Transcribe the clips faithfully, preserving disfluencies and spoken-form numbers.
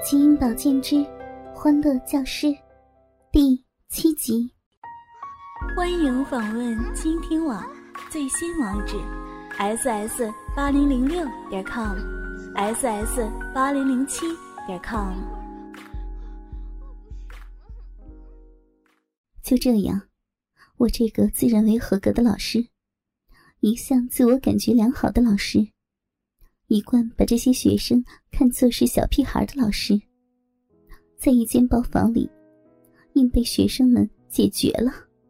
基因保健之欢乐教室第七集。 欢迎访问倾听网最新网址 s s 八零零六点 com s s 八零零七点 com。 就这样，我这个自认为合格的老师，一向自我感觉良好的老师，一贯把这些学生看作是小屁孩的老师，在一间包房里硬被学生们解决了。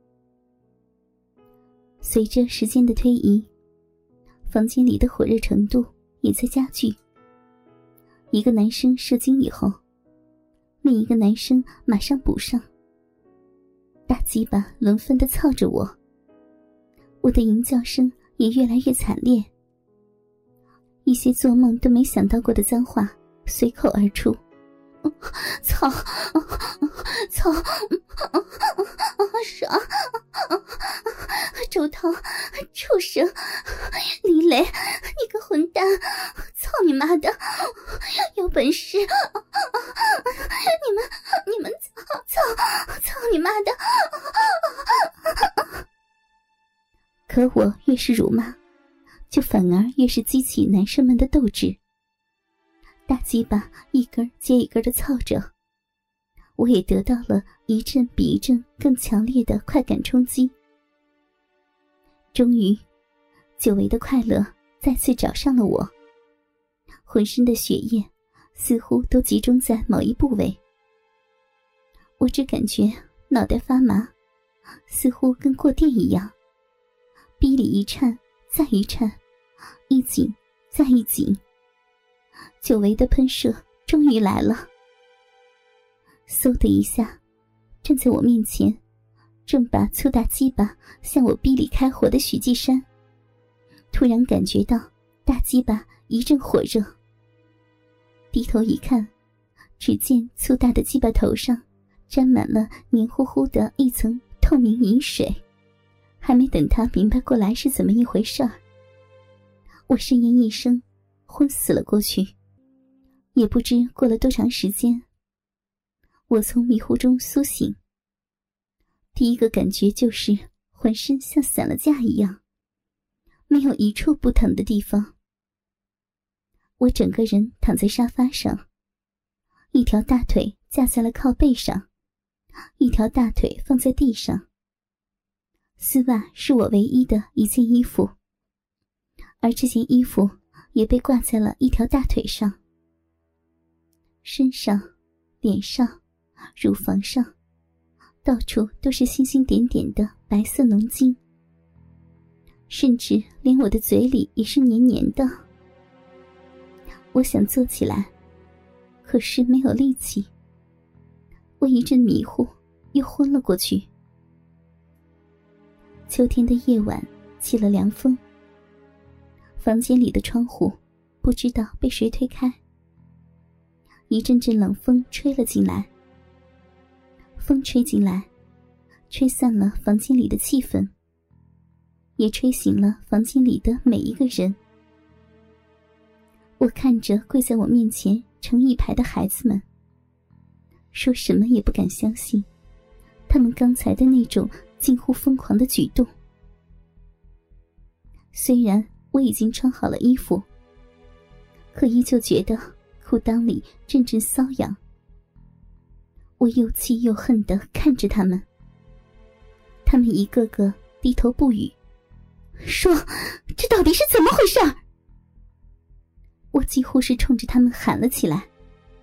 随着时间的推移，房间里的火热程度也在加剧。一个男生射精以后，另一个男生马上补上，大鸡巴轮番地操着我，我的淫叫声也越来越惨烈，一些做梦都没想到过的脏话随口而出。操操爽，周涛，畜生，李磊，你个混蛋，操你妈的，有本事你们你们操操操你妈的。可我越是辱骂，就反而越是激起男生们的斗志。大鸡巴一根接一根的操着，我也得到了一阵比一阵更强烈的快感冲击。终于，久违的快乐再次找上了我，浑身的血液似乎都集中在某一部位。我只感觉脑袋发麻，似乎跟过电一样，逼里一颤再一颤，一紧再一紧。久违的喷射终于来了。嗖的一下，站在我面前正把粗大鸡巴向我逼里开火的许继山，突然感觉到大鸡巴一阵火热。低头一看，只见粗大的鸡巴头上沾满了黏糊糊的一层透明饮水。还没等他明白过来是怎么一回事儿，我呻吟一声昏死了过去。也不知过了多长时间，我从迷糊中苏醒。第一个感觉就是浑身像散了架一样，没有一处不疼的地方。我整个人躺在沙发上，一条大腿架在了靠背上，一条大腿放在地上。丝袜是我唯一的一件衣服，而这件衣服也被挂在了一条大腿上。身上、脸上、乳房上，到处都是星星点点的白色浓精，甚至连我的嘴里也是黏黏的。我想坐起来，可是没有力气。我一阵迷糊，又昏了过去。秋天的夜晚起了凉风，房间里的窗户不知道被谁推开，一阵阵冷风吹了进来。风吹进来，吹散了房间里的气氛，也吹醒了房间里的每一个人。我看着跪在我面前成一排的孩子们，说什么也不敢相信他们刚才的那种近乎疯狂的举动。虽然我已经穿好了衣服，可依旧觉得裤裆里阵阵瘙痒。我又气又恨地看着他们，他们一个个低头不语。说，这到底是怎么回事？我几乎是冲着他们喊了起来。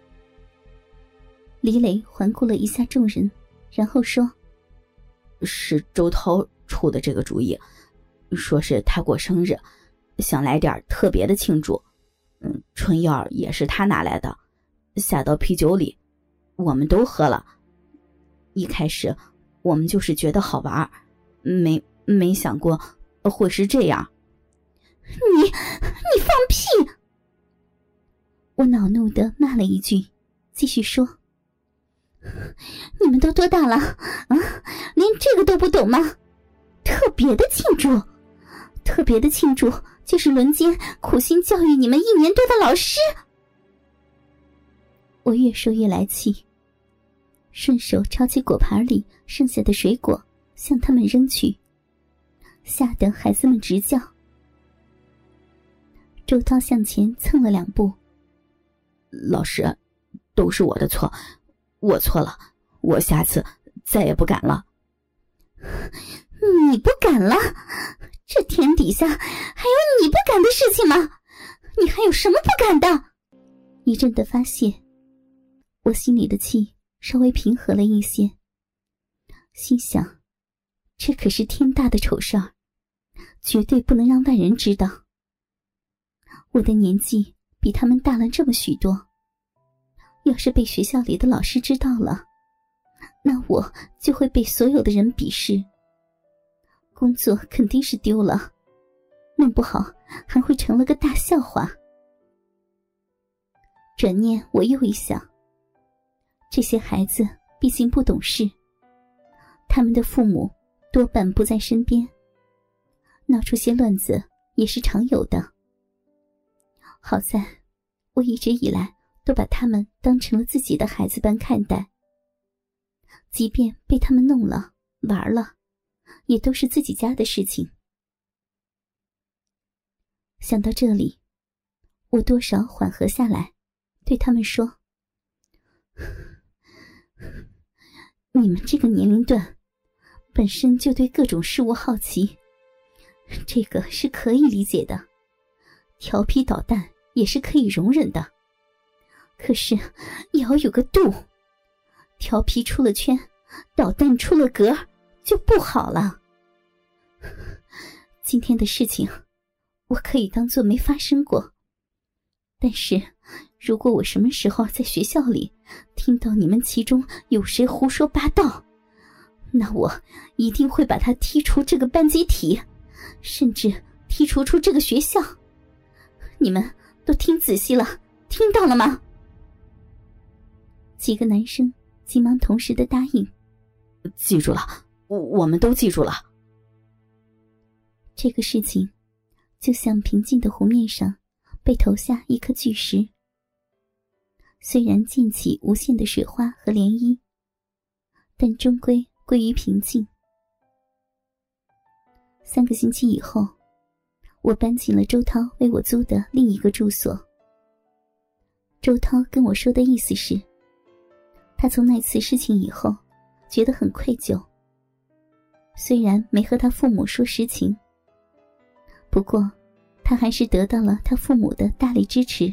李磊环顾了一下众人，然后说， 是周涛出的这个主意，说是他过生日，想来点特别的庆祝。嗯，春药也是他拿来的，下到啤酒里，我们都喝了。一开始我们就是觉得好玩，没没想过会是这样。 你你放屁！我恼怒地骂了一句，继续说，你们都多大了啊？连这个都不懂吗？特别的庆祝，特别的庆祝就是轮奸苦心教育你们一年多的老师。 我越说越来气，顺手抄起果盘里剩下的水果向他们扔去，吓得孩子们直叫。周涛向前蹭了两步。 老师，都是我的错，我错了，我下次再也不敢了。 你不敢了？这天底下还有你不敢的事情吗？你还有什么不敢的？一阵的发泄，我心里的气稍微平和了一些，心想这可是天大的丑事儿，绝对不能让外人知道。我的年纪比他们大了这么许多，要是被学校里的老师知道了，那我就会被所有的人鄙视，工作肯定是丢了，弄不好还会成了个大笑话。转念我又一想，这些孩子毕竟不懂事，他们的父母多半不在身边，闹出些乱子也是常有的。好在我一直以来都把他们当成了自己的孩子般看待，即便被他们弄了玩了，也都是自己家的事情。想到这里，我多少缓和下来，对他们说，你们这个年龄段本身就对各种事物好奇，这个是可以理解的，调皮捣蛋也是可以容忍的，可是也要有个度，调皮出了圈，捣蛋出了格就不好了。今天的事情我可以当作没发生过，但是如果我什么时候在学校里听到你们其中有谁胡说八道，那我一定会把他踢出这个班集体，甚至踢除出这个学校。你们都听仔细了，听到了吗？几个男生急忙同时的答应， 记住了，我们都记住了。 这个事情就像平静的湖面上被投下一颗巨石，虽然溅起无限的水花和涟漪，但终归归于平静。三个星期以后，我搬进了周涛为我租的另一个住所。周涛跟我说的意思是，他从那次事情以后觉得很愧疚，虽然没和他父母说实情，不过他还是得到了他父母的大力支持。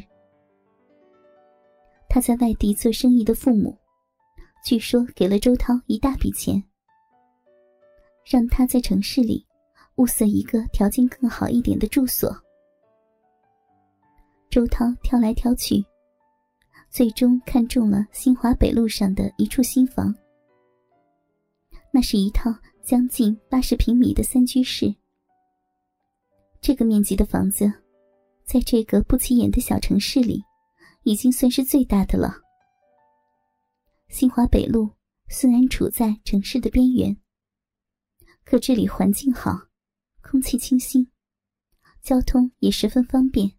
他在外地做生意的父母据说给了周涛一大笔钱，让他在城市里物色一个条件更好一点的住所。周涛挑来挑去，最终看中了新华北路上的一处新房。那是一套将近八十平米的三居室。这个面积的房子，在这个不起眼的小城市里，已经算是最大的了。新华北路虽然处在城市的边缘，可这里环境好，空气清新，交通也十分方便。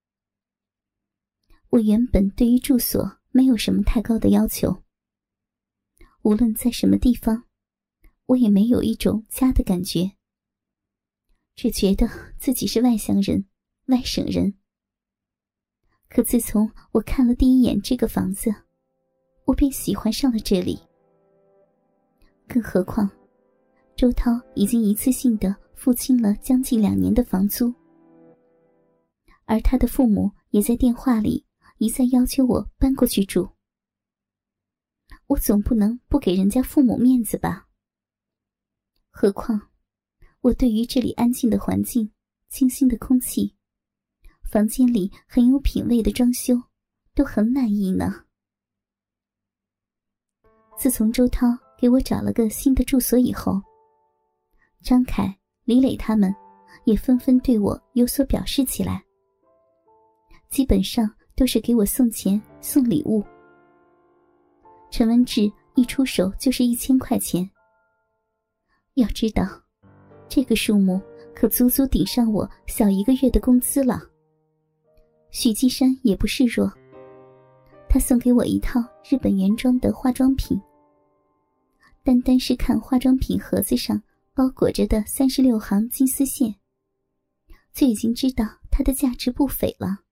我原本对于住所没有什么太高的要求，无论在什么地方，我也没有一种家的感觉，只觉得自己是外乡人，外省人。可自从我看了第一眼这个房子，我便喜欢上了这里。更何况周涛已经一次性的付清了将近两年的房租，而他的父母也在电话里一再要求我搬过去住。我总不能不给人家父母面子吧。何况我对于这里安静的环境、清新的空气、房间里很有品味的装修都很满意呢。自从周涛给我找了个新的住所以后，张凯、李磊他们也纷纷对我有所表示起来，基本上都是给我送钱送礼物。陈文志一出手就是一千块钱，要知道这个数目可足足顶上我小一个月的工资了。许继山也不示弱， 他送给我一套日本原装的化妆品。单单是看化妆品盒子上包裹着的三十六行金丝线，就已经知道它的价值不菲了。